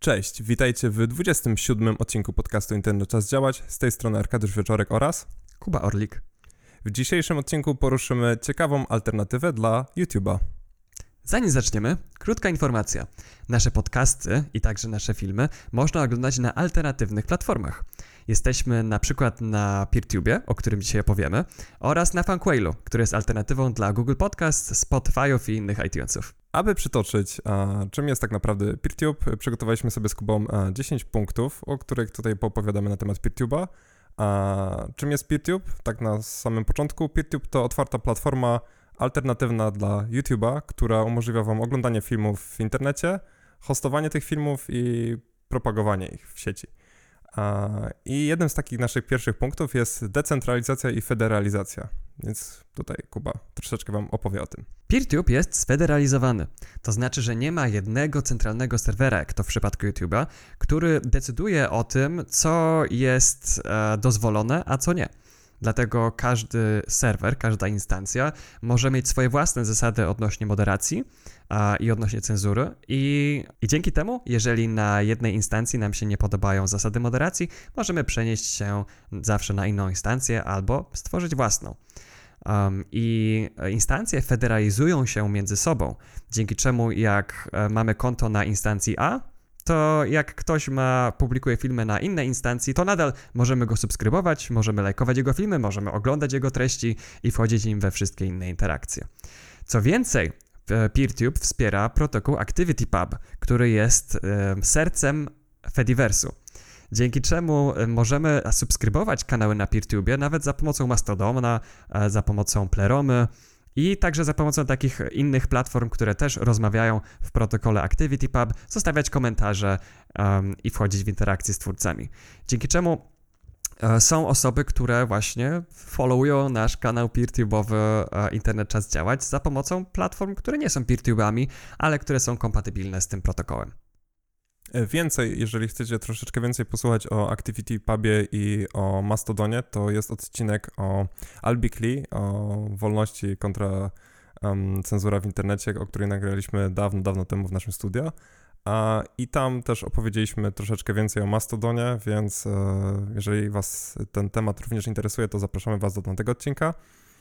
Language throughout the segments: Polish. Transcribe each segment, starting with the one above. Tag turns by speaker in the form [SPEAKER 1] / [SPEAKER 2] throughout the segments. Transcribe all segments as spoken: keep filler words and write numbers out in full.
[SPEAKER 1] Cześć, witajcie w dwudziestym siódmym odcinku podcastu Internet Czas Działać. Z tej strony Arkadiusz Wieczorek oraz
[SPEAKER 2] Kuba Orlik.
[SPEAKER 1] W dzisiejszym odcinku poruszymy ciekawą alternatywę dla YouTube'a.
[SPEAKER 2] Zanim zaczniemy, krótka informacja. Nasze podcasty i także nasze filmy można oglądać na alternatywnych platformach. Jesteśmy na przykład na PeerTubie, o którym dzisiaj opowiemy, oraz na Funkwailu, który jest alternatywą dla Google Podcast, Spotify'ów i innych iTunesów.
[SPEAKER 1] Aby przytoczyć, a, czym jest tak naprawdę PeerTube, przygotowaliśmy sobie z Kubą a, dziesięć punktów, o których tutaj poopowiadamy na temat PeerTube'a. A, czym jest PeerTube? Tak na samym początku, PeerTube to otwarta platforma alternatywna dla YouTube'a, która umożliwia Wam oglądanie filmów w internecie, hostowanie tych filmów i propagowanie ich w sieci. I jednym z takich naszych pierwszych punktów jest decentralizacja i federalizacja. Więc tutaj Kuba troszeczkę Wam opowie o tym.
[SPEAKER 2] PeerTube jest sfederalizowany. To znaczy, że nie ma jednego centralnego serwera, jak to w przypadku YouTube'a, który decyduje o tym, co jest e, dozwolone, a co nie. Dlatego każdy serwer, każda instancja może mieć swoje własne zasady odnośnie moderacji a, i odnośnie cenzury i, i dzięki temu, jeżeli na jednej instancji nam się nie podobają zasady moderacji, możemy przenieść się zawsze na inną instancję albo stworzyć własną. Um, I instancje federalizują się między sobą, dzięki czemu jak e, mamy konto na instancji A, to jak ktoś ma, publikuje filmy na innej instancji, to nadal możemy go subskrybować, możemy lajkować jego filmy, możemy oglądać jego treści i wchodzić im we wszystkie inne interakcje. Co więcej, PeerTube wspiera protokół ActivityPub, który jest e, sercem Fediversu. Dzięki czemu możemy subskrybować kanały na PeerTubie nawet za pomocą Mastodona, za pomocą Pleromy i także za pomocą takich innych platform, które też rozmawiają w protokole ActivityPub, zostawiać komentarze um, i wchodzić w interakcję z twórcami. Dzięki czemu e, są osoby, które właśnie followują nasz kanał PeerTube'owy e, Internet Czas Działać za pomocą platform, które nie są PeerTube'ami, ale które są kompatybilne z tym protokołem.
[SPEAKER 1] Więcej, jeżeli chcecie troszeczkę więcej posłuchać o ActivityPubie i o Mastodonie, to jest odcinek o Albicli, o wolności kontra um, cenzura w internecie, o której nagraliśmy dawno, dawno temu w naszym studio. A, I tam też opowiedzieliśmy troszeczkę więcej o Mastodonie, więc e, jeżeli Was ten temat również interesuje, to zapraszamy Was do tego odcinka.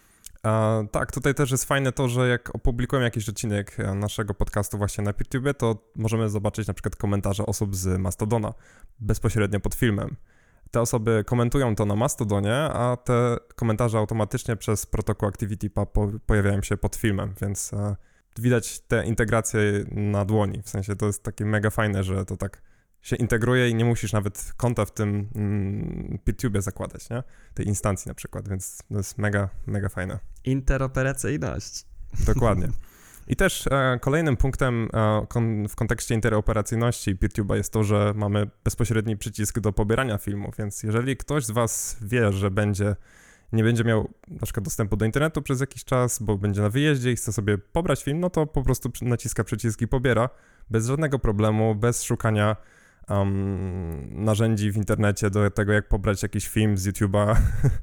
[SPEAKER 1] A, tak, tutaj też jest fajne to, że jak opublikujemy jakiś odcinek naszego podcastu właśnie na PeerTube, to możemy zobaczyć na przykład komentarze osób z Mastodona bezpośrednio pod filmem. Te osoby komentują to na Mastodonie, a te komentarze automatycznie przez protokół ActivityPub po, pojawiają się pod filmem, więc e, widać te integracje na dłoni. W sensie to jest takie mega fajne, że to tak się integruje i nie musisz nawet konta w tym mm, PeerTubie zakładać, nie? Tej instancji na przykład, więc to jest mega, mega fajne.
[SPEAKER 2] Interoperacyjność.
[SPEAKER 1] Dokładnie. I też e, kolejnym punktem e, kon, w kontekście interoperacyjności PeerTube'a jest to, że mamy bezpośredni przycisk do pobierania filmu, więc jeżeli ktoś z Was wie, że będzie, nie będzie miał na przykład dostępu do internetu przez jakiś czas, bo będzie na wyjeździe i chce sobie pobrać film, no to po prostu naciska przycisk i pobiera bez żadnego problemu, bez szukania Um, narzędzi w internecie do tego, jak pobrać jakiś film z YouTube'a.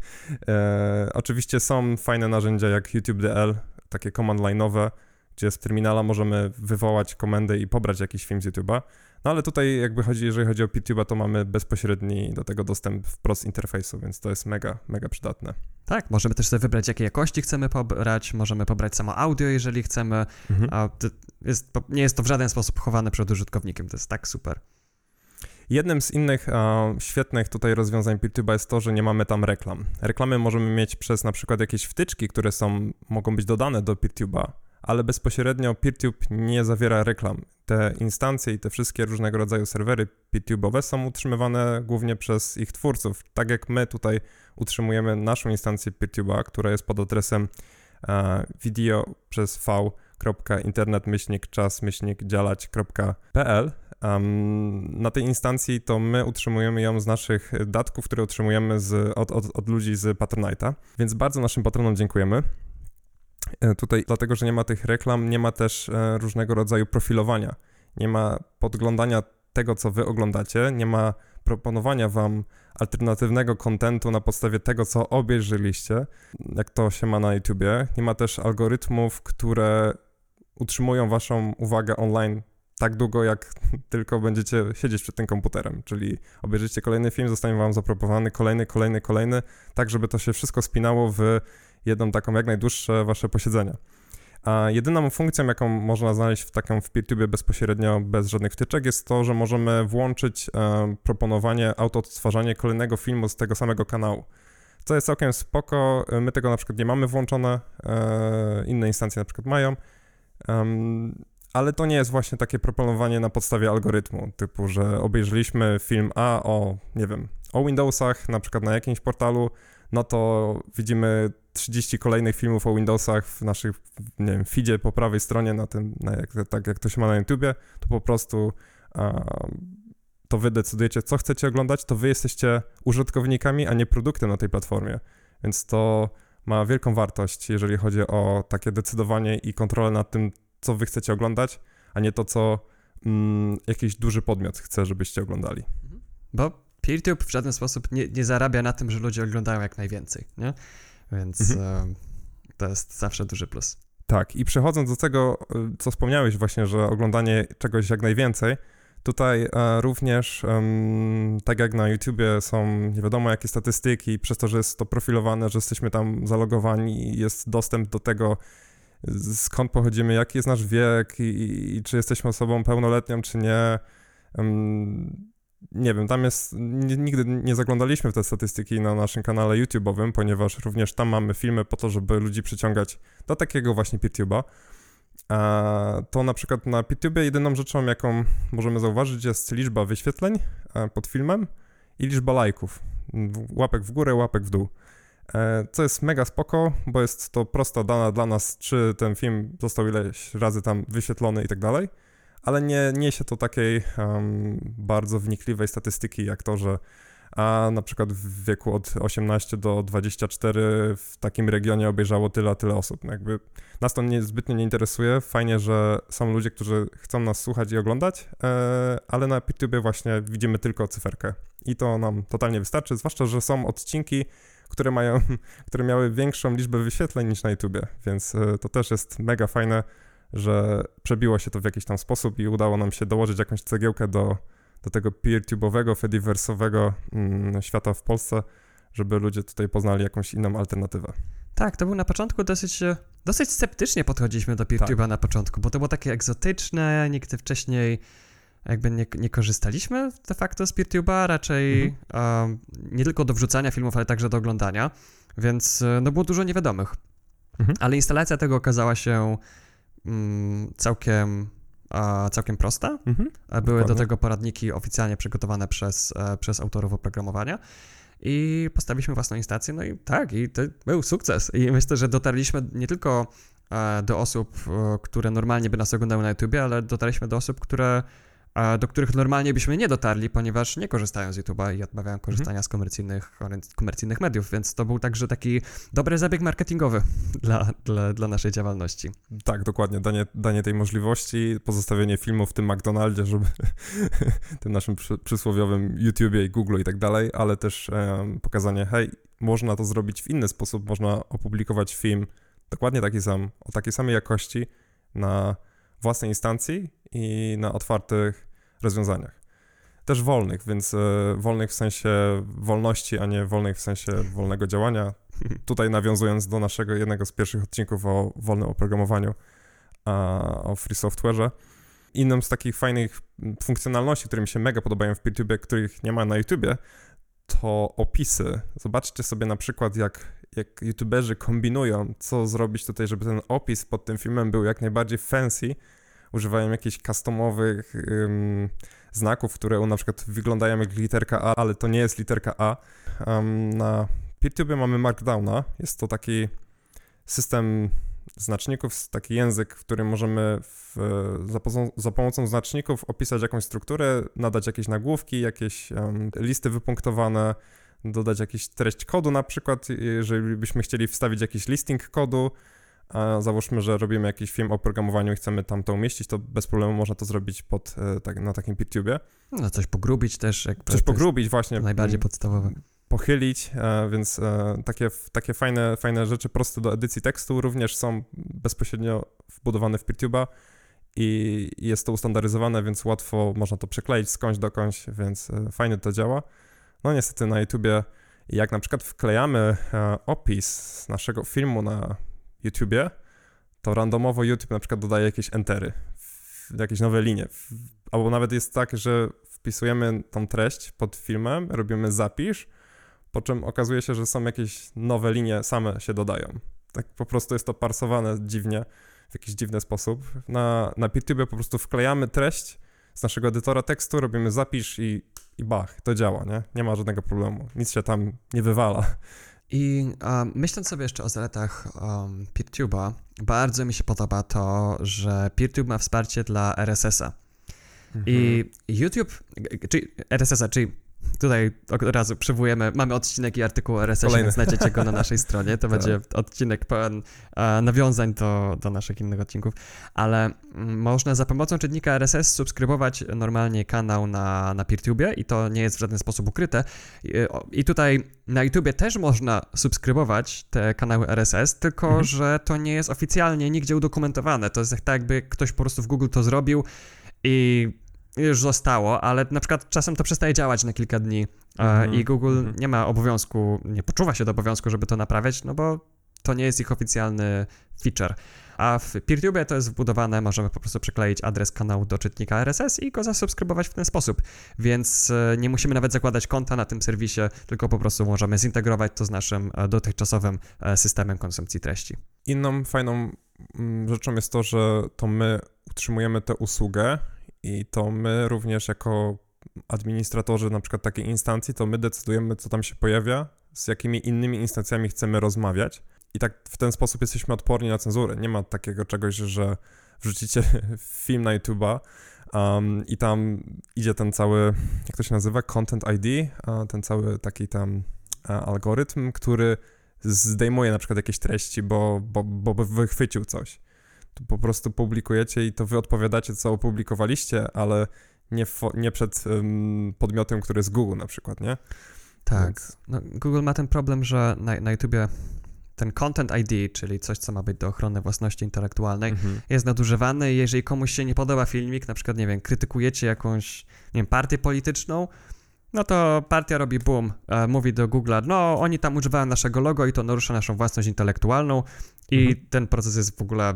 [SPEAKER 1] e, oczywiście są fajne narzędzia jak YouTube D L, takie command line'owe, gdzie z terminala możemy wywołać komendę i pobrać jakiś film z YouTube'a. No ale tutaj jakby chodzi, jeżeli chodzi o PeerTube'a, to mamy bezpośredni do tego dostęp wprost z interfejsu, więc to jest mega, mega przydatne.
[SPEAKER 2] Tak, możemy też sobie wybrać, jakiej jakości chcemy pobrać, możemy pobrać samo audio, jeżeli chcemy, mhm. a to jest, nie jest to w żaden sposób chowane przed użytkownikiem, to jest tak super.
[SPEAKER 1] Jednym z innych e, świetnych tutaj rozwiązań PeerTube'a jest to, że nie mamy tam reklam. Reklamy możemy mieć przez na przykład jakieś wtyczki, które są, mogą być dodane do PeerTube'a, ale bezpośrednio PeerTube nie zawiera reklam. Te instancje i te wszystkie różnego rodzaju serwery PeerTube'owe są utrzymywane głównie przez ich twórców. Tak jak my tutaj utrzymujemy naszą instancję PeerTube'a, która jest pod adresem e, video przez v kropka internet myślnik czas myślnik działać kropka p l. Um, na tej instancji to my utrzymujemy ją z naszych datków, które otrzymujemy z, od, od, od ludzi z Patronite'a, więc bardzo naszym patronom dziękujemy. E, tutaj dlatego, że nie ma tych reklam, nie ma też e, różnego rodzaju profilowania, nie ma podglądania tego, co wy oglądacie, nie ma proponowania wam alternatywnego kontentu na podstawie tego, co obejrzyliście, jak to się ma na YouTubie. Nie ma też algorytmów, które utrzymują waszą uwagę online tak długo, jak tylko będziecie siedzieć przed tym komputerem, czyli obejrzycie kolejny film, zostanie wam zaproponowany kolejny, kolejny, kolejny, tak żeby to się wszystko spinało w jedną taką jak najdłuższe wasze posiedzenie. A jedyną funkcją, jaką można znaleźć w taką w PeerTube bezpośrednio, bez żadnych wtyczek, jest to, że możemy włączyć e, proponowanie, auto-odtwarzanie kolejnego filmu z tego samego kanału. Co jest całkiem spoko, my tego na przykład nie mamy włączone, e, inne instancje na przykład mają, um, ale to nie jest właśnie takie proponowanie na podstawie algorytmu, typu, że obejrzeliśmy film A o, nie wiem, o Windowsach, na przykład na jakimś portalu, no to widzimy trzydzieści kolejnych filmów o Windowsach w naszych, nie wiem, feedzie po prawej stronie, na tym, na jak, tak jak to się ma na YouTubie, to po prostu a, to wy decydujecie, co chcecie oglądać, to wy jesteście użytkownikami, a nie produktem na tej platformie, więc to ma wielką wartość, jeżeli chodzi o takie decydowanie i kontrolę nad tym, co wy chcecie oglądać, a nie to, co mm, jakiś duży podmiot chce, żebyście oglądali.
[SPEAKER 2] Bo PeerTube w żaden sposób nie, nie zarabia na tym, że ludzie oglądają jak najwięcej, nie? Więc mhm. e, to jest zawsze duży plus.
[SPEAKER 1] Tak, i przechodząc do tego, co wspomniałeś właśnie, że oglądanie czegoś jak najwięcej, tutaj e, również, um, tak jak na YouTubie są nie wiadomo jakie statystyki, przez to, że jest to profilowane, że jesteśmy tam zalogowani i jest dostęp do tego, skąd pochodzimy, jaki jest nasz wiek i, i czy jesteśmy osobą pełnoletnią, czy nie. Um, nie wiem, tam jest, nigdy nie zaglądaliśmy w te statystyki na naszym kanale YouTube'owym, ponieważ również tam mamy filmy po to, żeby ludzi przyciągać do takiego właśnie PeerTube'a. A to na przykład na PeerTubie jedyną rzeczą, jaką możemy zauważyć, jest liczba wyświetleń pod filmem i liczba lajków. Łapek w górę, łapek w dół. Co jest mega spoko, bo jest to prosta dana dla nas, czy ten film został ileś razy tam wyświetlony i tak dalej, ale nie niesie to takiej um, bardzo wnikliwej statystyki, jak to, że a na przykład w wieku od osiemnastu do dwudziestu czterech w takim regionie obejrzało tyle, a tyle osób. No jakby nas to nie, zbytnio nie interesuje. Fajnie, że są ludzie, którzy chcą nas słuchać i oglądać, e, ale na PeerTubie właśnie widzimy tylko cyferkę i to nam totalnie wystarczy, zwłaszcza, że są odcinki, które mają, które miały większą liczbę wyświetleń niż na YouTubie, więc e, to też jest mega fajne, że przebiło się to w jakiś tam sposób i udało nam się dołożyć jakąś cegiełkę do, do tego peer-tube'owego, fediversowego mm, świata w Polsce, żeby ludzie tutaj poznali jakąś inną alternatywę.
[SPEAKER 2] Tak, to był na początku dosyć, dosyć sceptycznie podchodziliśmy do PeerTube'a tak. na początku, bo to było takie egzotyczne, nigdy wcześniej jakby nie, nie korzystaliśmy de facto z PeerTube'a, raczej mhm. um, nie tylko do wrzucania filmów, ale także do oglądania, więc no było dużo niewiadomych. Mhm. Ale instalacja tego okazała się mm, całkiem, uh, całkiem prosta. Mhm. Były Dokładnie. do tego poradniki oficjalnie przygotowane przez, uh, przez autorów oprogramowania. I postawiliśmy własną instancję, no i tak, i to był sukces. I myślę, że dotarliśmy nie tylko uh, do osób, uh, które normalnie by nas oglądały na YouTubie, ale dotarliśmy do osób, które do których normalnie byśmy nie dotarli, ponieważ nie korzystają z YouTube'a i odmawiają korzystania mhm. z komercyjnych, komercyjnych mediów, więc to był także taki dobry zabieg marketingowy dla, dla, dla naszej działalności.
[SPEAKER 1] Tak, dokładnie, danie, danie tej możliwości, pozostawienie filmu w tym McDonaldzie, żeby tym naszym przy, przysłowiowym YouTubie i Google i tak dalej, ale też um, pokazanie, hej, można to zrobić w inny sposób, można opublikować film dokładnie taki sam, o takiej samej jakości na własnej instancji i na otwartych rozwiązaniach. Też wolnych, więc e, wolnych w sensie wolności, a nie wolnych w sensie wolnego działania. Tutaj nawiązując do naszego jednego z pierwszych odcinków o wolnym oprogramowaniu, a, o free software'ze. Inną z takich fajnych funkcjonalności, które mi się mega podobają w PeerTubie, których nie ma na YouTubie, to opisy. Zobaczcie sobie na przykład, jak, jak YouTuberzy kombinują, co zrobić tutaj, żeby ten opis pod tym filmem był jak najbardziej fancy. Używają jakichś customowych um, znaków, które na przykład wyglądają jak literka A, ale to nie jest literka A. Um, na PeerTubie mamy Markdowna. Jest to taki system znaczników, taki język, w którym możemy w, za, pomocą, za pomocą znaczników opisać jakąś strukturę, nadać jakieś nagłówki, jakieś um, listy wypunktowane, dodać jakiś treść kodu na przykład, jeżeli byśmy chcieli wstawić jakiś listing kodu, a załóżmy, że robimy jakiś film o programowaniu i chcemy tam to umieścić, to bez problemu można to zrobić pod, tak, na takim PeerTubie.
[SPEAKER 2] No coś pogrubić też. Jak
[SPEAKER 1] coś pogrubić właśnie.
[SPEAKER 2] Najbardziej podstawowe.
[SPEAKER 1] Pochylić, więc takie, takie fajne, fajne rzeczy proste do edycji tekstu również są bezpośrednio wbudowane w PeerTube'a i jest to ustandaryzowane, więc łatwo można to przykleić skądś dokądś, więc fajnie to działa. No niestety na YouTubie, jak na przykład wklejamy opis naszego filmu na YouTubie, to randomowo YouTube na przykład dodaje jakieś entery, jakieś nowe linie. Albo nawet jest tak, że wpisujemy tą treść pod filmem, robimy zapisz, po czym okazuje się, że są jakieś nowe linie, same się dodają. Tak po prostu jest to parsowane dziwnie, w jakiś dziwny sposób. Na, na PeerTube po prostu wklejamy treść z naszego edytora tekstu, robimy zapisz i, i bach, to działa, nie? Nie ma żadnego problemu, nic się tam nie wywala.
[SPEAKER 2] I um, myśląc sobie jeszcze o zaletach um, PeerTube'a, bardzo mi się podoba to, że PeerTube ma wsparcie dla R S S a. Mhm. I YouTube, czyli R S S a, czyli tutaj od razu przywołujemy, mamy odcinek i artykuł o R S S ie, więc znajdziecie go na naszej stronie. To będzie odcinek pełen e, nawiązań do, do naszych innych odcinków, ale m, można za pomocą czytnika R S S subskrybować normalnie kanał na, na PeerTubie i to nie jest w żaden sposób ukryte. I, i tutaj na YouTubie też można subskrybować te kanały R S S, tylko mhm. że to nie jest oficjalnie nigdzie udokumentowane. To jest tak, jakby ktoś po prostu w Google to zrobił i już zostało, ale na przykład czasem to przestaje działać na kilka dni mm-hmm. i Google mm-hmm. nie ma obowiązku, nie poczuwa się do obowiązku, żeby to naprawiać, no bo to nie jest ich oficjalny feature. A w PeerTube to jest wbudowane, możemy po prostu przykleić adres kanału do czytnika R S S i go zasubskrybować w ten sposób, więc nie musimy nawet zakładać konta na tym serwisie, tylko po prostu możemy zintegrować to z naszym dotychczasowym systemem konsumpcji treści.
[SPEAKER 1] Inną fajną rzeczą jest to, że to my utrzymujemy tę usługę i to my również jako administratorzy na przykład takiej instancji, to my decydujemy, co tam się pojawia, z jakimi innymi instancjami chcemy rozmawiać i tak w ten sposób jesteśmy odporni na cenzurę. Nie ma takiego czegoś, że wrzucicie film na YouTube'a um, i tam idzie ten cały, jak to się nazywa, Content I D, uh, ten cały taki tam uh, algorytm, który zdejmuje na przykład jakieś treści, bo, bo, bo wychwycił coś. Po prostu publikujecie i to wy odpowiadacie, co opublikowaliście, ale nie, fo- nie przed um, podmiotem, który jest Google na przykład, nie?
[SPEAKER 2] Tak.
[SPEAKER 1] Więc...
[SPEAKER 2] No, Google ma ten problem, że na, na YouTubie ten Content I D, czyli coś, co ma być do ochrony własności intelektualnej, mhm. jest nadużywany i jeżeli komuś się nie podoba filmik, na przykład, nie wiem, krytykujecie jakąś, nie wiem, partię polityczną, no to partia robi boom, e, mówi do Google'a, no oni tam używają naszego logo i to narusza naszą własność intelektualną i mhm. ten proces jest w ogóle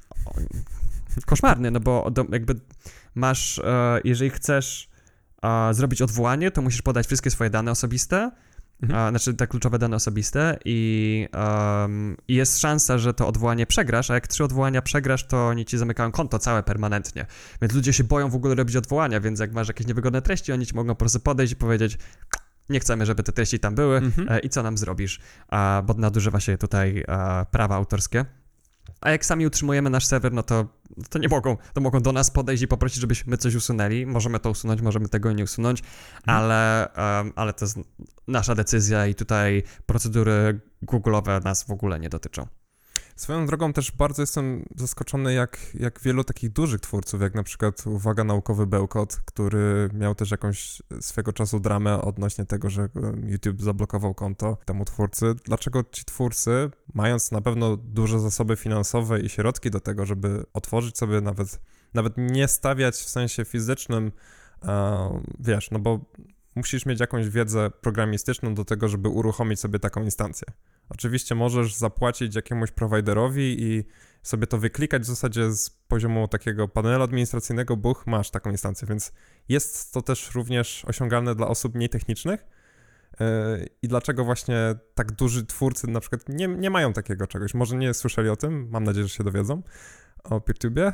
[SPEAKER 2] koszmarny, no bo do, jakby masz, e, jeżeli chcesz e, zrobić odwołanie, to musisz podać wszystkie swoje dane osobiste, mhm. a, znaczy te kluczowe dane osobiste i, um, i jest szansa, że to odwołanie przegrasz, a jak trzy odwołania przegrasz, to oni ci zamykają konto całe permanentnie, więc ludzie się boją w ogóle robić odwołania, więc jak masz jakieś niewygodne treści, oni ci mogą po prostu podejść i powiedzieć, nie chcemy, żeby te treści tam były mhm. e, i co nam zrobisz, a, bo nadużywa się tutaj a, prawa autorskie. A jak sami utrzymujemy nasz serwer, no to, to nie mogą, to mogą do nas podejść i poprosić, żebyśmy coś usunęli. Możemy to usunąć, możemy tego nie usunąć, hmm. ale, um, ale to jest nasza decyzja i tutaj procedury Google'owe nas w ogóle nie dotyczą.
[SPEAKER 1] Swoją drogą też bardzo jestem zaskoczony, jak, jak wielu takich dużych twórców, jak na przykład Uwaga Naukowy Bełkot, który miał też jakąś swego czasu dramę odnośnie tego, że YouTube zablokował konto temu twórcy. Dlaczego ci twórcy, mając na pewno duże zasoby finansowe i środki do tego, żeby otworzyć sobie nawet, nawet nie stawiać w sensie fizycznym, uh, wiesz, no bo musisz mieć jakąś wiedzę programistyczną do tego, żeby uruchomić sobie taką instancję. Oczywiście możesz zapłacić jakiemuś prowajderowi i sobie to wyklikać w zasadzie z poziomu takiego panelu administracyjnego, buch, masz taką instancję, więc jest to też również osiągalne dla osób mniej technicznych yy, i dlaczego właśnie tak duży twórcy na przykład nie, nie mają takiego czegoś. Może nie słyszeli o tym, mam nadzieję, że się dowiedzą o PeerTubie.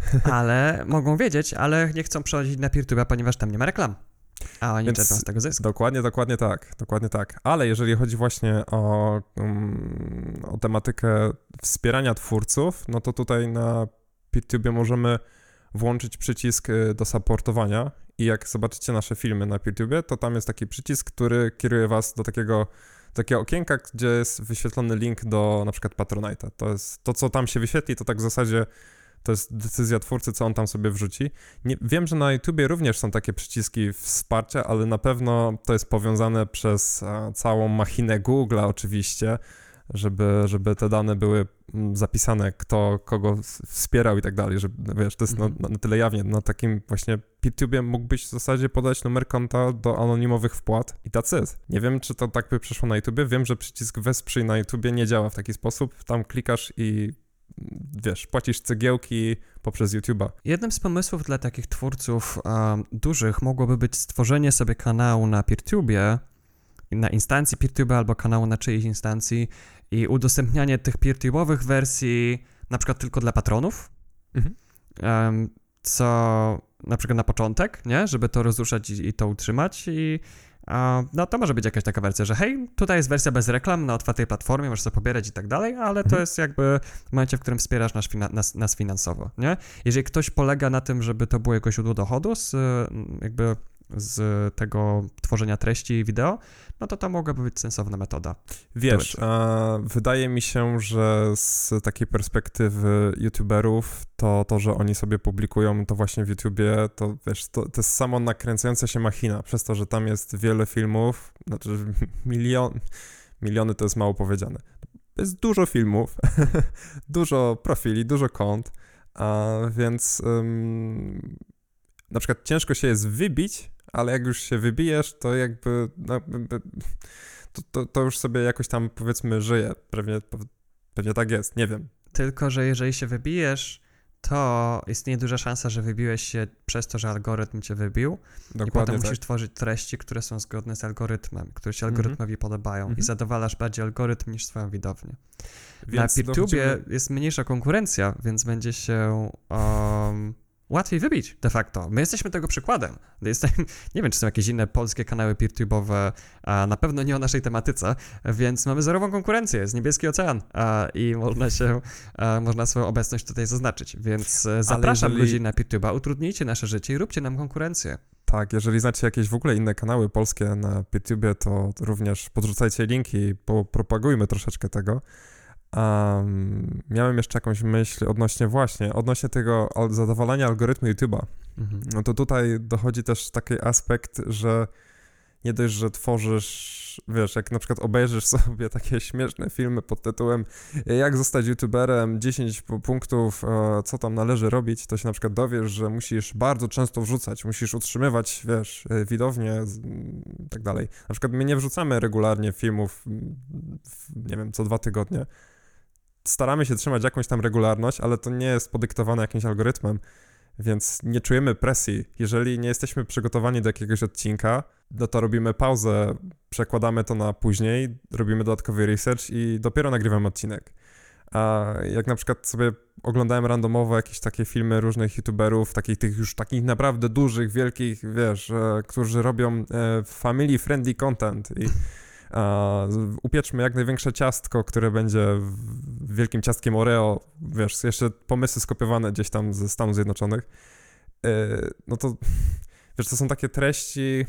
[SPEAKER 1] Ale
[SPEAKER 2] mogą wiedzieć, ale nie chcą przechodzić na PeerTube'a, ponieważ tam nie ma reklam. A oni czerpią z tego zysk.
[SPEAKER 1] Dokładnie, dokładnie tak, dokładnie tak. Ale jeżeli chodzi właśnie o, um, o tematykę wspierania twórców, no to tutaj na PeerTubie możemy włączyć przycisk do supportowania i jak zobaczycie nasze filmy na PeerTubie, to tam jest taki przycisk, który kieruje was do takiego, takiego okienka, gdzie jest wyświetlony link do na przykład Patronite'a. To jest to, co tam się wyświetli, to tak w zasadzie to jest decyzja twórcy, co on tam sobie wrzuci. Nie, wiem, że na YouTubie również są takie przyciski wsparcia, ale na pewno to jest powiązane przez a, całą machinę Google'a oczywiście, żeby, żeby te dane były zapisane, kto kogo wspierał i tak dalej, że wiesz, to jest mm-hmm. na, na tyle jawnie. Na takim właśnie PeerTubie mógłbyś w zasadzie podać numer konta do anonimowych wpłat i that's it. Nie wiem, czy to tak by przeszło na YouTubie. Wiem, że przycisk wesprzyj na YouTubie nie działa w taki sposób. Tam klikasz i wiesz, płacisz cegiełki poprzez YouTube'a.
[SPEAKER 2] Jednym z pomysłów dla takich twórców um, dużych mogłoby być stworzenie sobie kanału na PeerTubie, na instancji PeerTube'a albo kanału na czyjejś instancji i udostępnianie tych PeerTube'owych wersji na przykład tylko dla patronów, mhm. um, co na przykład na początek, nie? Żeby to rozruszać i, i to utrzymać i um, no to może być jakaś taka wersja, że hej, tutaj jest wersja bez reklam na otwartej platformie, możesz sobie pobierać i tak dalej, ale mhm. to jest jakby w momencie, w którym wspierasz nas, nas, nas finansowo, nie? Jeżeli ktoś polega na tym, żeby to było jego źródło dochodu z jakby z tego tworzenia treści wideo, no to to mogłaby być sensowna metoda.
[SPEAKER 1] Wiesz, a, wydaje mi się, że z takiej perspektywy youtuberów, to to, że oni sobie publikują to właśnie w YouTubie, to wiesz, to, to jest samo nakręcająca się machina, przez to, że tam jest wiele filmów, znaczy milion, miliony to jest mało powiedziane. Jest dużo filmów, dużo profili, dużo kont, a więc ym, na przykład ciężko się jest wybić, ale jak już się wybijesz, to jakby no, to, to, to już sobie jakoś tam powiedzmy żyje. Pewnie, pewnie tak jest, nie wiem.
[SPEAKER 2] Tylko, że jeżeli się wybijesz, to istnieje duża szansa, że wybiłeś się przez to, że algorytm cię wybił. Dokładnie. I potem tak. musisz tworzyć treści, które są zgodne z algorytmem, które się algorytmowi mm-hmm. podobają mm-hmm. i zadowalasz bardziej algorytm niż swoją widownię. Więc na PeerTubie dochodzimy... jest mniejsza konkurencja, więc będzie się... Um, łatwiej wybić de facto. My jesteśmy tego przykładem. Jestem, nie wiem, czy są jakieś inne polskie kanały peer-tube'owe, a na pewno nie o naszej tematyce, więc mamy zerową konkurencję, jest niebieski ocean a, i można się, a, można swoją obecność tutaj zaznaczyć, więc zapraszam jeżeli... ludzi na peer-tube'a, utrudnijcie nasze życie i róbcie nam konkurencję.
[SPEAKER 1] Tak, jeżeli znacie jakieś w ogóle inne kanały polskie na peer-tubie, to również podrzucajcie linki i propagujmy troszeczkę tego. Um, miałem jeszcze jakąś myśl odnośnie właśnie, odnośnie tego zadowalania algorytmu YouTube'a. Mhm. No to tutaj dochodzi też taki aspekt, że nie dość, że tworzysz, wiesz, jak na przykład obejrzysz sobie takie śmieszne filmy pod tytułem jak zostać YouTuberem, dziesięć punktów, co tam należy robić, to się na przykład dowiesz, że musisz bardzo często wrzucać, musisz utrzymywać, wiesz, widownię i tak dalej. Na przykład my nie wrzucamy regularnie filmów, nie wiem, co dwa tygodnie. Staramy się trzymać jakąś tam regularność, ale to nie jest podyktowane jakimś algorytmem, więc nie czujemy presji. Jeżeli nie jesteśmy przygotowani do jakiegoś odcinka, no to robimy pauzę, przekładamy to na później, robimy dodatkowy research i dopiero nagrywamy odcinek. A jak na przykład sobie oglądałem randomowo jakieś takie filmy różnych youtuberów, takich tych już takich naprawdę dużych, wielkich, wiesz, e, którzy robią e, family friendly content i Uh, upieczmy jak największe ciastko, które będzie wielkim ciastkiem Oreo, wiesz, jeszcze pomysły skopiowane gdzieś tam ze Stanów Zjednoczonych, yy, no to, wiesz, to są takie treści,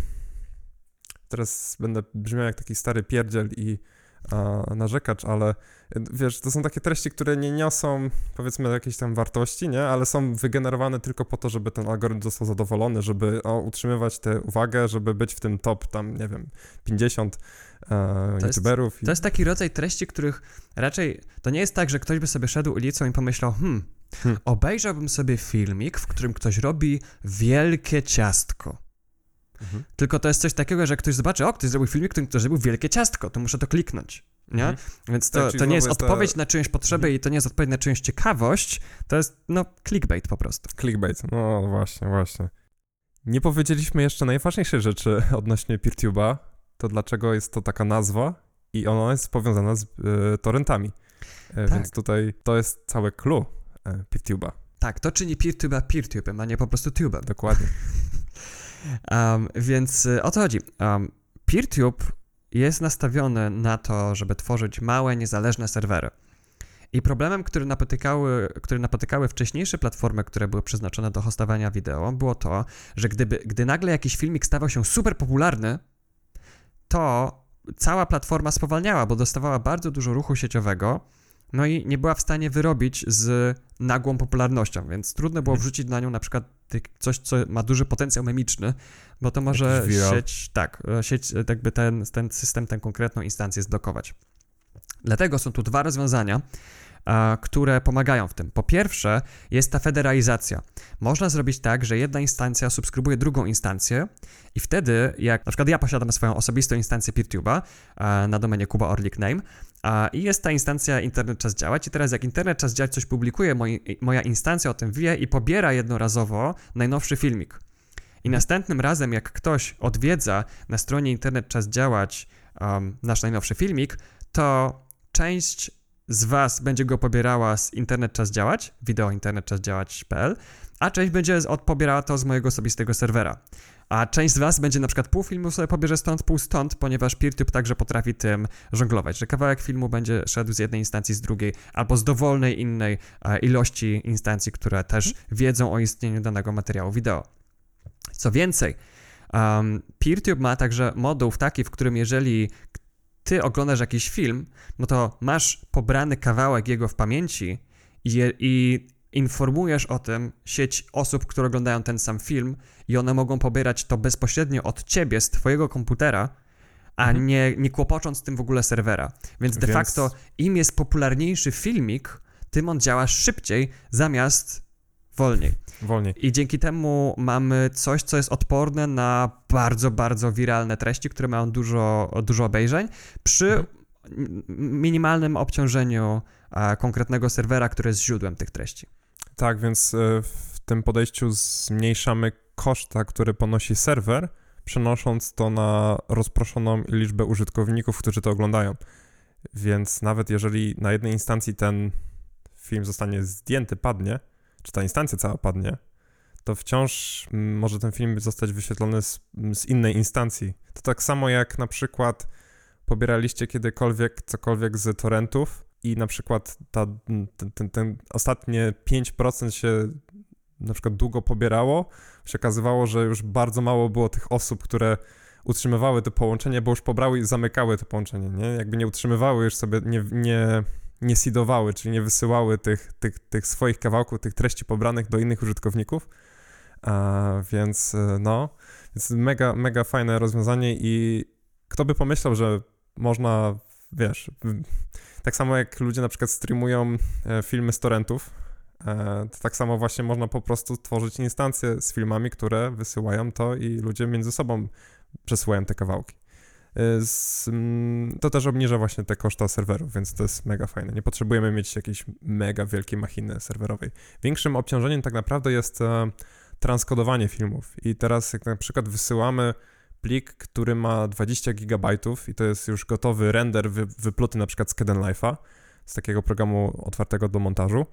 [SPEAKER 1] teraz będę brzmiał jak taki stary pierdziel i uh, narzekacz, ale wiesz, to są takie treści, które nie niosą, powiedzmy, jakiejś tam wartości, nie, ale są wygenerowane tylko po to, żeby ten algorytm został zadowolony, żeby o, utrzymywać tę uwagę, żeby być w tym top, tam, nie wiem, pięćdziesiąt Uh, to,
[SPEAKER 2] youtuberów jest, i... to jest taki rodzaj treści, których raczej, to nie jest tak, że ktoś by sobie szedł ulicą i pomyślał, hmm, hmm. obejrzałbym sobie filmik, w którym ktoś robi wielkie ciastko. Mhm. Tylko to jest coś takiego, że ktoś zobaczy, o, ktoś zrobił filmik, w którym ktoś zrobił wielkie ciastko, to muszę to kliknąć, nie? Mhm. Więc to, tak, to nie jest odpowiedź ta... na czyjąś potrzebę mhm. i to nie jest odpowiedź na czyjąś ciekawość, to jest, no, clickbait po prostu.
[SPEAKER 1] Clickbait, no właśnie, właśnie. Nie powiedzieliśmy jeszcze najważniejszej rzeczy odnośnie PeerTube'a, to dlaczego jest to taka nazwa i ona jest powiązana z y, torrentami. Y, tak. Więc tutaj to jest całe clue y, PeerTube'a.
[SPEAKER 2] Tak, to czyni PeerTube'a PeerTube'em, a nie po prostu tube'em.
[SPEAKER 1] Dokładnie.
[SPEAKER 2] um, więc y, o co chodzi? Um, PeerTube jest nastawiony na to, żeby tworzyć małe, niezależne serwery. I problemem, który napotykały, który napotykały wcześniejsze platformy, które były przeznaczone do hostowania wideo, było to, że gdyby, gdy nagle jakiś filmik stawał się super popularny, to cała platforma spowalniała, bo dostawała bardzo dużo ruchu sieciowego, no i nie była w stanie wyrobić z nagłą popularnością, więc trudno było wrzucić na nią na przykład coś, co ma duży potencjał memiczny, bo to może sieć, tak, sieć jakby ten, ten system, tę konkretną instancję zblokować. Dlatego są tu dwa rozwiązania, które pomagają w tym. Po pierwsze jest ta federalizacja. Można zrobić tak, że jedna instancja subskrybuje drugą instancję i wtedy, jak na przykład ja posiadam swoją osobistą instancję PeerTube'a na domenie Kuba Orlik Name i jest ta instancja Internet Czas Działać i teraz jak Internet Czas Działać coś publikuje, moi, moja instancja o tym wie i pobiera jednorazowo najnowszy filmik. I następnym razem, jak ktoś odwiedza na stronie Internet Czas Działać um, nasz najnowszy filmik, to część z was będzie go pobierała z Internet Czas Działać, wideo internet czas działać kropka p l, a część będzie od, pobierała to z mojego osobistego serwera. A część z was będzie na przykład pół filmu sobie pobierze stąd, pół stąd, ponieważ PeerTube także potrafi tym żonglować, że kawałek filmu będzie szedł z jednej instancji z drugiej, albo z dowolnej innej e, ilości instancji, które też wiedzą o istnieniu danego materiału wideo. Co więcej, um, PeerTube ma także moduł taki, w którym jeżeli ty oglądasz jakiś film, no to masz pobrany kawałek jego w pamięci i, i informujesz o tym sieć osób, które oglądają ten sam film i one mogą pobierać to bezpośrednio od ciebie, z twojego komputera, a mhm. nie, nie kłopocząc tym w ogóle serwera. Więc de Więc... facto im jest popularniejszy filmik, tym on działa szybciej zamiast wolniej.
[SPEAKER 1] Wolniej.
[SPEAKER 2] I dzięki temu mamy coś, co jest odporne na bardzo, bardzo wiralne treści, które mają dużo, dużo obejrzeń, przy mhm. minimalnym obciążeniu a, konkretnego serwera, który jest źródłem tych treści.
[SPEAKER 1] Tak, więc w tym podejściu zmniejszamy koszta, które ponosi serwer, przenosząc to na rozproszoną liczbę użytkowników, którzy to oglądają. Więc nawet jeżeli na jednej instancji ten film zostanie zdjęty, padnie, czy ta instancja cała padnie, to wciąż może ten film zostać wyświetlony z, z innej instancji. To tak samo jak na przykład pobieraliście kiedykolwiek cokolwiek z torrentów i na przykład ta, ten, ten, ten ostatnie pięć procent się na przykład długo pobierało, się okazywało, że już bardzo mało było tych osób, które utrzymywały to połączenie, bo już pobrały i zamykały to połączenie, nie? Jakby nie utrzymywały już sobie, nie, nie, nie seedowały, czyli nie wysyłały tych, tych, tych swoich kawałków, tych treści pobranych do innych użytkowników, a, więc no, więc mega, mega fajne rozwiązanie i kto by pomyślał, że można, wiesz, tak samo jak ludzie na przykład streamują filmy z torrentów, to tak samo właśnie można po prostu tworzyć instancje z filmami, które wysyłają to i ludzie między sobą przesyłają te kawałki. Z, to też obniża właśnie te koszta serwerów, więc to jest mega fajne. Nie potrzebujemy mieć jakiejś mega wielkiej machiny serwerowej. Większym obciążeniem tak naprawdę jest e, transkodowanie filmów i teraz jak na przykład wysyłamy plik, który ma dwadzieścia gigabajtów i to jest już gotowy render wy, wypluty na przykład z Kdenlife'a, z takiego programu otwartego do montażu,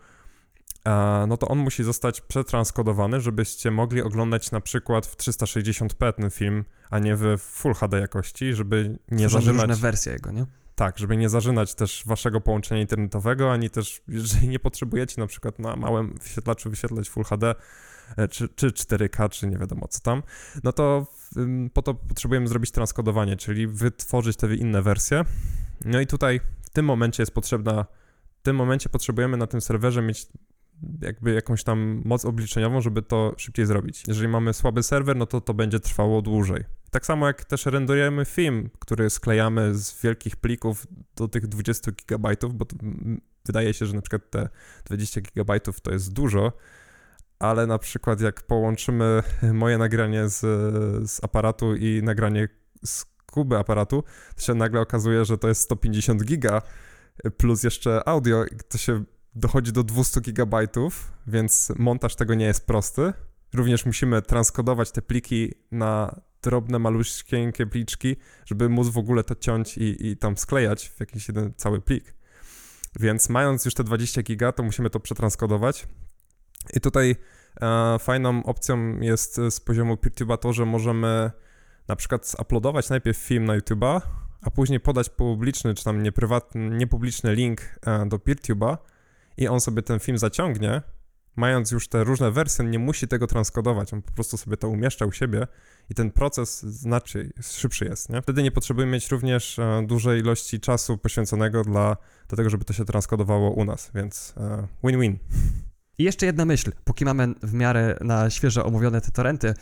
[SPEAKER 1] e, no to on musi zostać przetranskodowany, żebyście mogli oglądać na przykład w trzysta sześćdziesiąt p ten film, a nie w Full H D jakości, żeby nie
[SPEAKER 2] Są
[SPEAKER 1] zażynać...
[SPEAKER 2] różne wersje jego, nie?
[SPEAKER 1] Tak, żeby nie zażynać też waszego połączenia internetowego, ani też, jeżeli nie potrzebujecie na przykład na małym wyświetlaczu wyświetlać Full H D, czy, czy cztery K, czy nie wiadomo co tam, no to um, po to potrzebujemy zrobić transkodowanie, czyli wytworzyć te inne wersje. No i tutaj w tym momencie jest potrzebna, w tym momencie potrzebujemy na tym serwerze mieć jakby jakąś tam moc obliczeniową, żeby to szybciej zrobić. Jeżeli mamy słaby serwer, no to to będzie trwało dłużej. Tak samo jak też renderujemy film, który sklejamy z wielkich plików do tych dwadzieścia gigabajtów, bo to wydaje się, że na przykład te dwadzieścia gigabajtów to jest dużo, ale na przykład jak połączymy moje nagranie z, z aparatu i nagranie z Kuby aparatu, to się nagle okazuje, że to jest sto pięćdziesiąt giga plus jeszcze audio, to się dochodzi do dwieście gigabajtów, więc montaż tego nie jest prosty. Również musimy transkodować te pliki na drobne, maluśkie pliczki, żeby móc w ogóle to ciąć i, i tam sklejać w jakiś jeden cały plik. Więc mając już te dwadzieścia giga, to musimy to przetranskodować. I tutaj e, fajną opcją jest z poziomu PeerTube'a to, że możemy na przykład uploadować najpierw film na YouTube'a, a później podać publiczny, czy tam nieprywatny, niepubliczny link e, do PeerTube'a i on sobie ten film zaciągnie, mając już te różne wersje, nie musi tego transkodować, on po prostu sobie to umieszcza u siebie i ten proces znacznie szybszy jest, nie? Wtedy nie potrzebujemy mieć również e, dużej ilości czasu poświęconego dla, do tego, żeby to się transkodowało u nas, więc e, win-win.
[SPEAKER 2] I jeszcze jedna myśl, póki mamy w miarę na świeżo omówione te torrenty,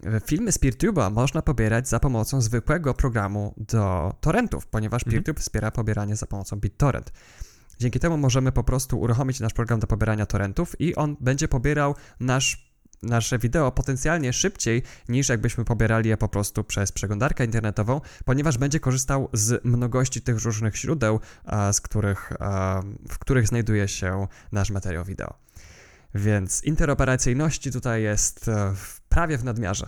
[SPEAKER 2] Filmy z PeerTube'a można pobierać za pomocą zwykłego programu do torrentów, ponieważ
[SPEAKER 1] Mhm.
[SPEAKER 2] PeerTube wspiera pobieranie za pomocą BitTorrent. Dzięki temu możemy po prostu uruchomić nasz program do pobierania torrentów i on będzie pobierał nasz, nasze wideo potencjalnie szybciej niż jakbyśmy pobierali je po prostu przez przeglądarkę internetową, ponieważ będzie korzystał z mnogości tych różnych źródeł, a, z których, a, w których znajduje się nasz materiał wideo. Więc interoperacyjności tutaj jest e, w- prawie w nadmiarze.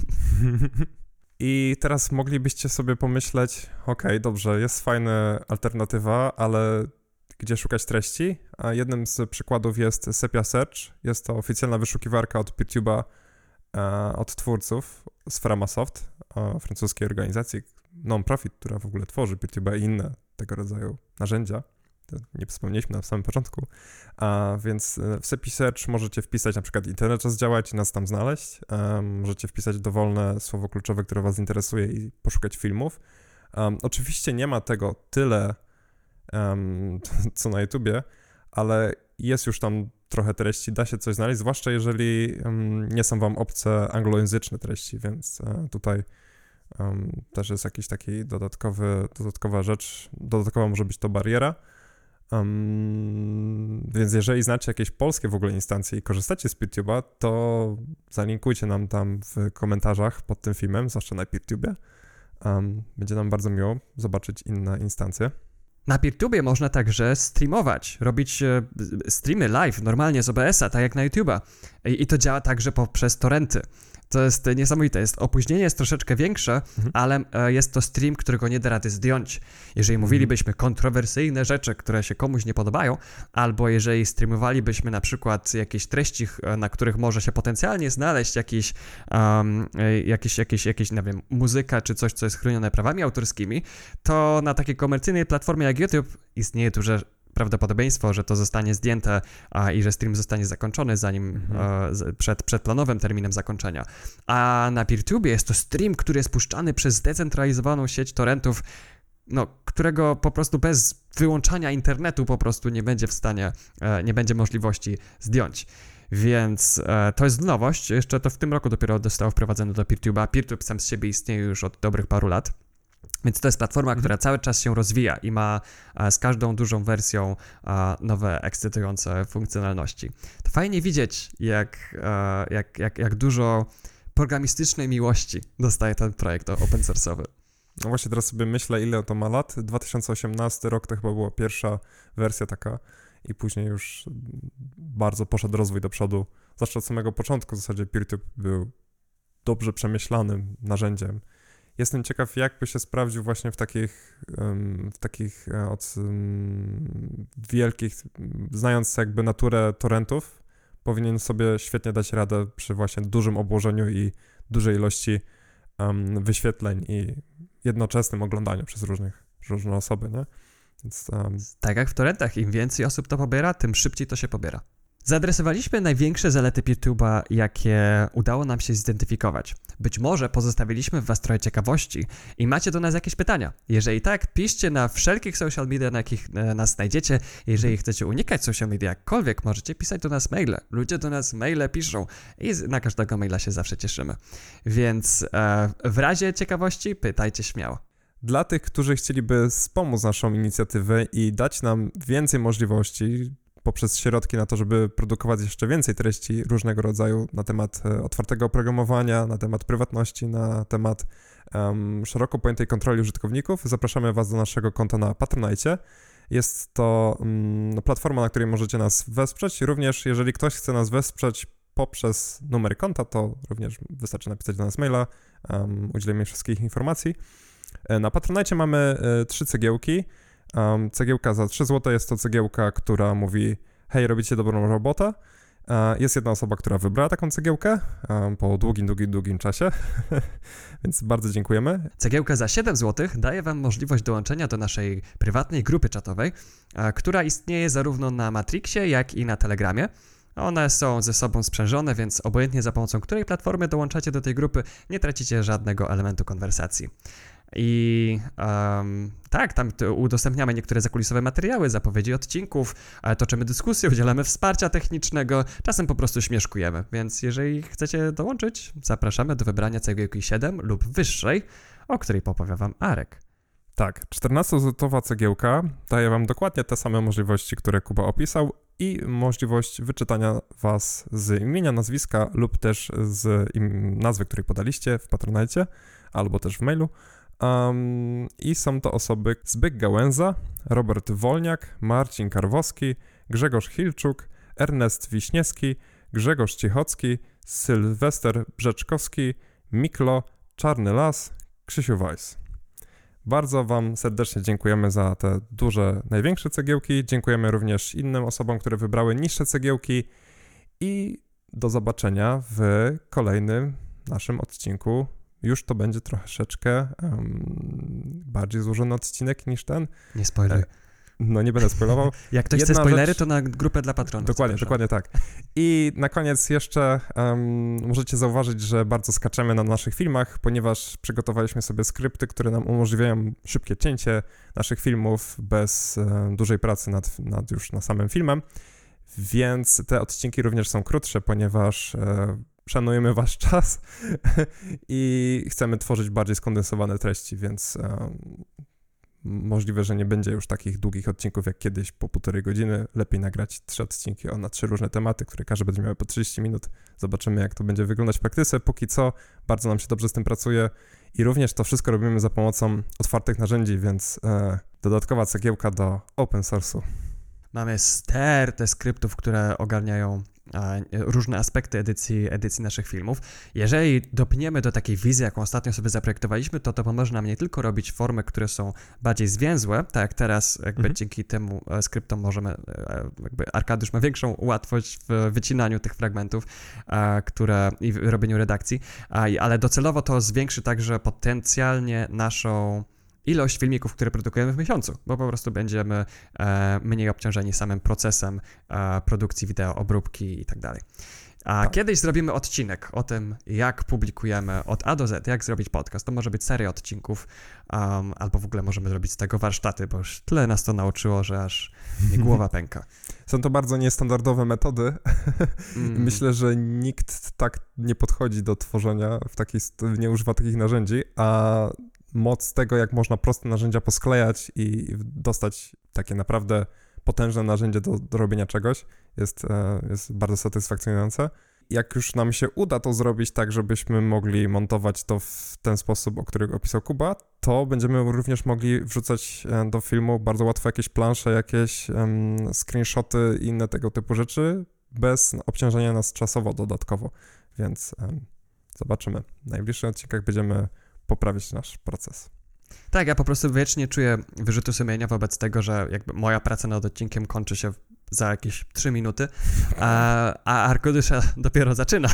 [SPEAKER 1] I teraz moglibyście sobie pomyśleć, okej, dobrze, jest fajna alternatywa, ale gdzie szukać treści? A jednym z przykładów jest Sepia Search. Jest to oficjalna wyszukiwarka od PeerTube'a, e, od twórców z Framasoft, e, francuskiej organizacji non-profit, która w ogóle tworzy PeerTube'a i inne tego rodzaju narzędzia. To nie wspomnieliśmy na samym początku. A więc e, w Sepia Search możecie wpisać na przykład internet czas działać i nas tam znaleźć. E, możecie wpisać dowolne słowo kluczowe, które was interesuje i poszukać filmów. Um, oczywiście nie ma tego tyle, um, co na YouTubie, ale jest już tam trochę treści, da się coś znaleźć, zwłaszcza jeżeli um, nie są wam obce anglojęzyczne treści, więc e, tutaj um, też jest jakiś taki dodatkowy, dodatkowa rzecz, dodatkowa może być to bariera. Um, więc jeżeli znacie jakieś polskie w ogóle instancje i korzystacie z PeerTube'a, to zalinkujcie nam tam w komentarzach pod tym filmem, zwłaszcza na PeerTubie. Um, będzie nam bardzo miło zobaczyć inne instancje.
[SPEAKER 2] Na PeerTubie można także streamować, robić e, streamy live normalnie z O B S a, tak jak na YouTube'a. I, I to działa także poprzez torrenty. To jest niesamowite. Jest, opóźnienie jest troszeczkę większe,
[SPEAKER 1] Mhm.
[SPEAKER 2] ale e, jest to stream, którego nie da rady zdjąć. Jeżeli mówilibyśmy kontrowersyjne rzeczy, które się komuś nie podobają, albo jeżeli streamowalibyśmy na przykład jakieś treści, e, na których może się potencjalnie znaleźć jakiś, um, e, jakiś, jakiś, jakiś, nie wiem, muzyka czy coś, co jest chronione prawami autorskimi, to na takiej komercyjnej platformie jak YouTube istnieje duże prawdopodobieństwo, że to zostanie zdjęte a, i że stream zostanie zakończony zanim
[SPEAKER 1] Mhm.
[SPEAKER 2] e, z, przed, przed planowym terminem zakończenia. A na PeerTubie jest to stream, który jest puszczany przez zdecentralizowaną sieć torrentów, no, którego po prostu bez wyłączania internetu po prostu nie będzie w stanie, e, nie będzie możliwości zdjąć. Więc e, to jest nowość, jeszcze to w tym roku dopiero zostało wprowadzone do PeerTube'a. PeerTube sam z siebie istnieje już od dobrych paru lat. Więc to jest platforma, która cały czas się rozwija i ma a, z każdą dużą wersją a, nowe, ekscytujące funkcjonalności. To fajnie widzieć, jak, a, jak, jak, jak dużo programistycznej miłości dostaje ten projekt open source'owy.
[SPEAKER 1] No właśnie teraz sobie myślę, ile to ma lat. dwa tysiące osiemnasty rok to chyba była pierwsza wersja taka i później już bardzo poszedł rozwój do przodu. Zwłaszcza od samego początku w zasadzie PeerTube był dobrze przemyślanym narzędziem. Jestem ciekaw, jak by się sprawdził właśnie w takich, um, w takich e, od um, wielkich, znając jakby naturę torrentów, powinien sobie świetnie dać radę przy właśnie dużym obłożeniu i dużej ilości um, wyświetleń i jednoczesnym oglądaniu przez różnych, różne osoby, nie? Więc, um,
[SPEAKER 2] Tak jak w torrentach, im więcej osób to pobiera, tym szybciej to się pobiera. Zaadresowaliśmy największe zalety PeerTube'a, jakie udało nam się zidentyfikować. Być może pozostawiliśmy w was trochę ciekawości i macie do nas jakieś pytania. Jeżeli tak, piszcie na wszelkich social media, na jakich e, nas znajdziecie. Jeżeli chcecie unikać social media jakkolwiek, możecie pisać do nas maile. Ludzie do nas maile piszą i z- na każdego maila się zawsze cieszymy. Więc e, w razie ciekawości pytajcie śmiało.
[SPEAKER 1] Dla tych, którzy chcieliby wspomóc naszą inicjatywę i dać nam więcej możliwości poprzez środki na to, żeby produkować jeszcze więcej treści różnego rodzaju na temat e, otwartego oprogramowania, na temat prywatności, na temat um, szeroko pojętej kontroli użytkowników, zapraszamy Was do naszego konta na Patronite. Jest to um, platforma, na której możecie nas wesprzeć. Również jeżeli ktoś chce nas wesprzeć poprzez numer konta, to również wystarczy napisać do nas maila, um, udzielimy wszystkich informacji. E, na Patronite mamy e, trzy cegiełki. Um, cegiełka za trzy złote jest to cegiełka, która mówi: hej, robicie dobrą robotę. Uh, jest jedna osoba, która wybrała taką cegiełkę um, po długim, długim, długim czasie, więc bardzo dziękujemy.
[SPEAKER 2] Cegiełka za siedem złotych daje wam możliwość dołączenia do naszej prywatnej grupy czatowej, a, która istnieje zarówno na Matrixie, jak i na Telegramie. One są ze sobą sprzężone, więc obojętnie za pomocą której platformy dołączacie do tej grupy, nie tracicie żadnego elementu konwersacji. I um, tak, tam udostępniamy niektóre zakulisowe materiały, zapowiedzi odcinków, toczymy dyskusje, udzielamy wsparcia technicznego, czasem po prostu śmieszkujemy, więc jeżeli chcecie dołączyć, zapraszamy do wybrania cegiełki siedem lub wyższej, o której popowie wam Arek.
[SPEAKER 1] Tak, czternastozłotowa cegiełka daje wam dokładnie te same możliwości, które Kuba opisał i możliwość wyczytania was z imienia, nazwiska lub też z im- nazwy, której podaliście w Patronite albo też w mailu. Um, I są to osoby Zbyk Gałęza, Robert Wolniak, Marcin Karwowski, Grzegorz Hilczuk, Ernest Wiśniewski, Grzegorz Cichocki, Sylwester Brzeczkowski, Miklo, Czarny Las, Krzysiu Weiss. Bardzo wam serdecznie dziękujemy za te duże, największe cegiełki. Dziękujemy również innym osobom, które wybrały niższe cegiełki i do zobaczenia w kolejnym naszym odcinku. Już to będzie troszeczkę um, bardziej złożony odcinek niż ten.
[SPEAKER 2] Nie spoiluj.
[SPEAKER 1] No nie będę spoilował.
[SPEAKER 2] Jak ktoś
[SPEAKER 1] Jedna
[SPEAKER 2] chce spoilery,
[SPEAKER 1] rzecz...
[SPEAKER 2] to na grupę dla patronów.
[SPEAKER 1] Dokładnie, dokładnie tak. I na koniec jeszcze um, możecie zauważyć, że bardzo skaczemy na naszych filmach, ponieważ przygotowaliśmy sobie skrypty, które nam umożliwiają szybkie cięcie naszych filmów bez um, dużej pracy nad, nad już na samym filmem, więc te odcinki również są krótsze, ponieważ um, szanujemy wasz czas i chcemy tworzyć bardziej skondensowane treści, więc um, możliwe, że nie będzie już takich długich odcinków jak kiedyś po półtorej godziny. Lepiej nagrać trzy odcinki o, na trzy różne tematy, które każdy będzie miał po trzydzieści minut. Zobaczymy, jak to będzie wyglądać w praktyce. Póki co bardzo nam się dobrze z tym pracuje i również to wszystko robimy za pomocą otwartych narzędzi, więc e, dodatkowa cegiełka do open source'u.
[SPEAKER 2] Mamy stertę skryptów, które ogarniają różne aspekty edycji, edycji naszych filmów. Jeżeli dopniemy do takiej wizji, jaką ostatnio sobie zaprojektowaliśmy, to to pomoże nam nie tylko robić formy, które są bardziej zwięzłe, tak jak teraz jakby mhm. dzięki temu skryptom możemy, jakby Arkadiusz ma większą łatwość w wycinaniu tych fragmentów, które i w robieniu redakcji, ale docelowo to zwiększy także potencjalnie naszą ilość filmików, które produkujemy w miesiącu, bo po prostu będziemy e, mniej obciążeni samym procesem e, produkcji wideo, obróbki i tak dalej. A tak. Kiedyś zrobimy odcinek o tym, jak publikujemy od A do Z, jak zrobić podcast. To może być seria odcinków, um, albo w ogóle możemy zrobić z tego warsztaty, bo już tyle nas to nauczyło, że aż mi głowa pęka.
[SPEAKER 1] Są to bardzo niestandardowe metody. Mm. Myślę, że nikt tak nie podchodzi do tworzenia, w taki, nie używa takich narzędzi, a moc tego, jak można proste narzędzia posklejać i dostać takie naprawdę potężne narzędzie do, do robienia czegoś, jest, jest bardzo satysfakcjonujące. Jak już nam się uda to zrobić tak, żebyśmy mogli montować to w ten sposób, o którym opisał Kuba, to będziemy również mogli wrzucać do filmu bardzo łatwo jakieś plansze, jakieś um, screenshoty i inne tego typu rzeczy, bez obciążenia nas czasowo dodatkowo, więc um, zobaczymy. W najbliższych odcinkach będziemy poprawić nasz proces.
[SPEAKER 2] Tak, ja po prostu wiecznie czuję wyrzuty sumienia wobec tego, że jakby moja praca nad odcinkiem kończy się za jakieś trzy minuty, a, a Arkadiusz dopiero zaczyna.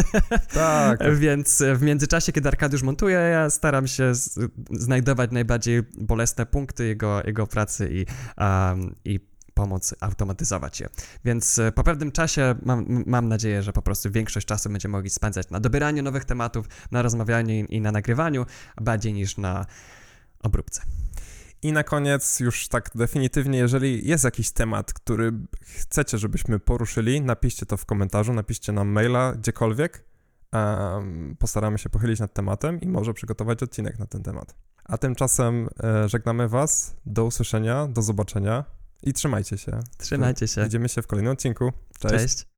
[SPEAKER 1] Tak.
[SPEAKER 2] Więc w międzyczasie, kiedy Arkadiusz montuje, ja staram się z, znajdować najbardziej bolesne punkty jego, jego pracy i, um, i pomóc automatyzować je. Więc po pewnym czasie mam, mam nadzieję, że po prostu większość czasu będziemy mogli spędzać na dobieraniu nowych tematów, na rozmawianiu i na nagrywaniu, bardziej niż na obróbce.
[SPEAKER 1] I na koniec już tak definitywnie, jeżeli jest jakiś temat, który chcecie, żebyśmy poruszyli, napiszcie to w komentarzu, napiszcie nam maila, gdziekolwiek. Um, postaramy się pochylić nad tematem i może przygotować odcinek na ten temat. A tymczasem e, żegnamy Was, do usłyszenia, do zobaczenia. I trzymajcie się.
[SPEAKER 2] Trzymajcie się.
[SPEAKER 1] Widzimy się w kolejnym odcinku. Cześć.
[SPEAKER 2] Cześć.